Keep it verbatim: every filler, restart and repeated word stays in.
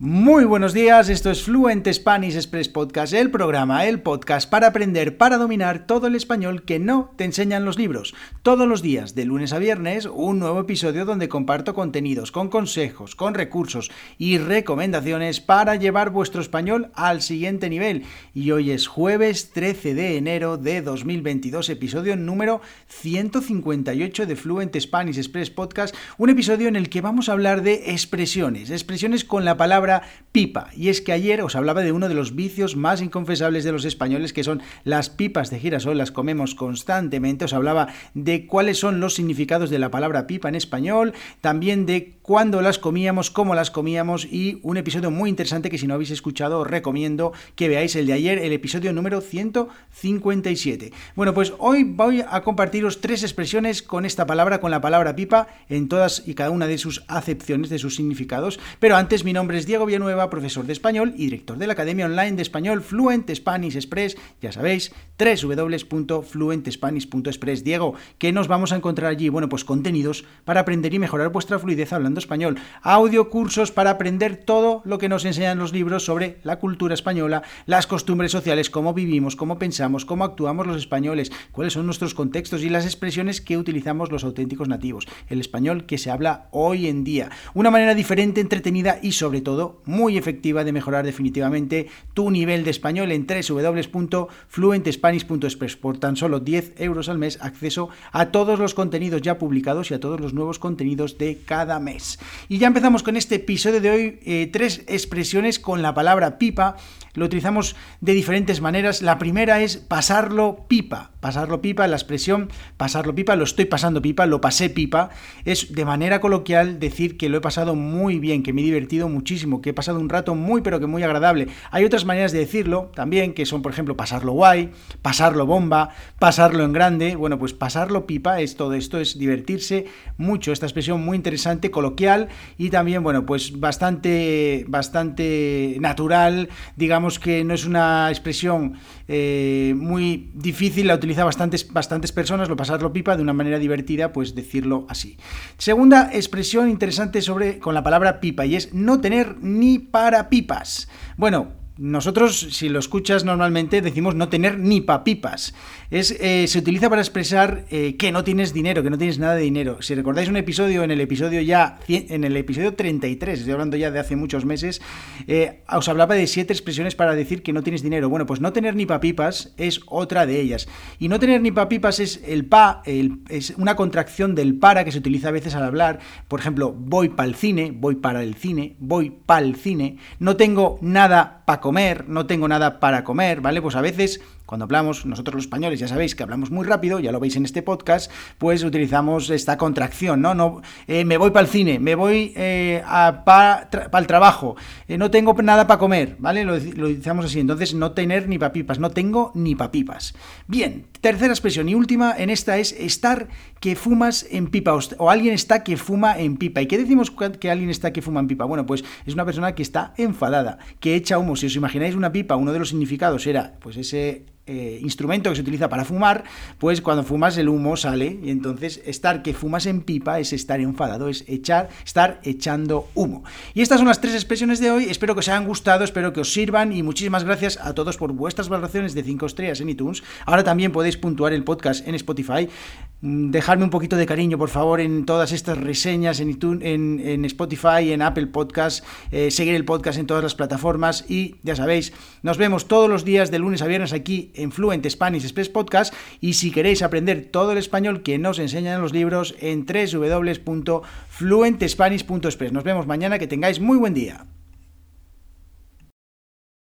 Muy buenos días, esto es Fluent Spanish Express Podcast, el programa, el podcast para aprender, para dominar todo el español que no te enseñan los libros. Todos los días, de lunes a viernes, un nuevo episodio donde comparto contenidos, con consejos, con recursos y recomendaciones para llevar vuestro español al siguiente nivel. Y hoy es jueves trece de enero de dos mil veintidós, episodio número ciento cincuenta y ocho de Fluent Spanish Express Podcast, un episodio en el que vamos a hablar de expresiones, expresiones con la palabra pipa. Y es que ayer os hablaba de uno de los vicios más inconfesables de los españoles, que son las pipas de girasol. Las comemos constantemente. Os hablaba de cuáles son los significados de la palabra pipa en español, también de cuándo las comíamos, cómo las comíamos, y un episodio muy interesante que si no habéis escuchado os recomiendo que veáis, el de ayer, el episodio número ciento cincuenta y siete. Bueno, pues hoy voy a compartiros tres expresiones con esta palabra, con la palabra pipa, en todas y cada una de sus acepciones, de sus significados. Pero antes, mi nombre es Diego Villanueva, profesor de español y director de la Academia Online de Español Fluent Spanish Express. Ya sabéis, doble u doble u doble u punto fluent spanish punto express. Diego, ¿qué nos vamos a encontrar allí? Bueno, pues contenidos para aprender y mejorar vuestra fluidez hablando español. Audio cursos para aprender todo lo que nos enseñan los libros sobre la cultura española, las costumbres sociales, cómo vivimos, cómo pensamos, cómo actuamos los españoles, cuáles son nuestros contextos y las expresiones que utilizamos los auténticos nativos. El español que se habla hoy en día. Una manera diferente, entretenida y sobre todo muy efectiva de mejorar definitivamente tu nivel de español en doble u doble u doble u punto fluent spanish punto express. Por tan solo diez euros al mes, acceso a todos los contenidos ya publicados y a todos los nuevos contenidos de cada mes. Y ya empezamos con este episodio de hoy, eh, tres expresiones con la palabra pipa. Lo utilizamos de diferentes maneras. La primera es pasarlo pipa. Pasarlo pipa, la expresión pasarlo pipa, lo estoy pasando pipa, lo pasé pipa, es de manera coloquial decir que lo he pasado muy bien, que me he divertido muchísimo, que he pasado un rato muy pero que muy agradable. Hay otras maneras de decirlo también, que son, por ejemplo, pasarlo guay, pasarlo bomba, pasarlo en grande. Bueno, pues pasarlo pipa es todo esto, es divertirse mucho. Esta expresión muy interesante, coloquial y también, bueno, pues bastante, bastante natural. Digamos que no es una expresión eh, muy difícil, la utilizan bastantes, bastantes personas, lo pasarlo pipa, de una manera divertida, pues decirlo así. Segunda expresión interesante sobre, con la palabra pipa, y es no tener ni para pipas. Bueno, nosotros, si lo escuchas normalmente, decimos no tener ni pa' pipas. Es, eh, se utiliza para expresar eh, que no tienes dinero, que no tienes nada de dinero. Si recordáis un episodio, en el episodio ya, en el episodio treinta y tres, estoy hablando ya de hace muchos meses, eh, os hablaba de siete expresiones para decir que no tienes dinero. Bueno, pues no tener ni pa' pipas es otra de ellas. Y no tener ni pa' pipas es el pa, el, es una contracción del para que se utiliza a veces al hablar. Por ejemplo, voy pa'l cine, voy para el cine, voy pa'l cine, no tengo nada para comer, no tengo nada para comer, ¿vale? Pues a veces, cuando hablamos, nosotros los españoles, ya sabéis que hablamos muy rápido, ya lo veis en este podcast, pues utilizamos esta contracción, ¿no? no eh, me voy para el cine, me voy eh, para tra- el trabajo, eh, no tengo nada para comer, ¿vale? Lo, lo utilizamos así, entonces no tener ni papipas, no tengo ni papipas. Bien, tercera expresión y última en esta es estar que fumas en pipa, o, o alguien está que fuma en pipa. ¿Y qué decimos que alguien está que fuma en pipa? Bueno, pues es una persona que está enfadada, que echa humo. Si os imagináis una pipa, uno de los significados era pues ese eh, instrumento que se utiliza para fumar, pues cuando fumas el humo sale, y entonces estar que fumas en pipa es estar enfadado, es echar, estar echando humo. Y estas son las tres expresiones de hoy. Espero que os hayan gustado, espero que os sirvan y muchísimas gracias a todos por vuestras valoraciones de cinco estrellas en iTunes. Ahora también podéis puntuar el podcast en Spotify. Dejarme un poquito de cariño, por favor, en todas estas reseñas en, iTunes, en, en Spotify, en Apple Podcast, eh, seguir el podcast en todas las plataformas y ya sabéis, nos vemos todos los días de lunes a viernes aquí en Fluent Spanish Express Podcast, y si queréis aprender todo el español que nos enseñan en los libros, en doble u doble u doble u punto fluent spanish punto express. Nos vemos mañana, que tengáis muy buen día.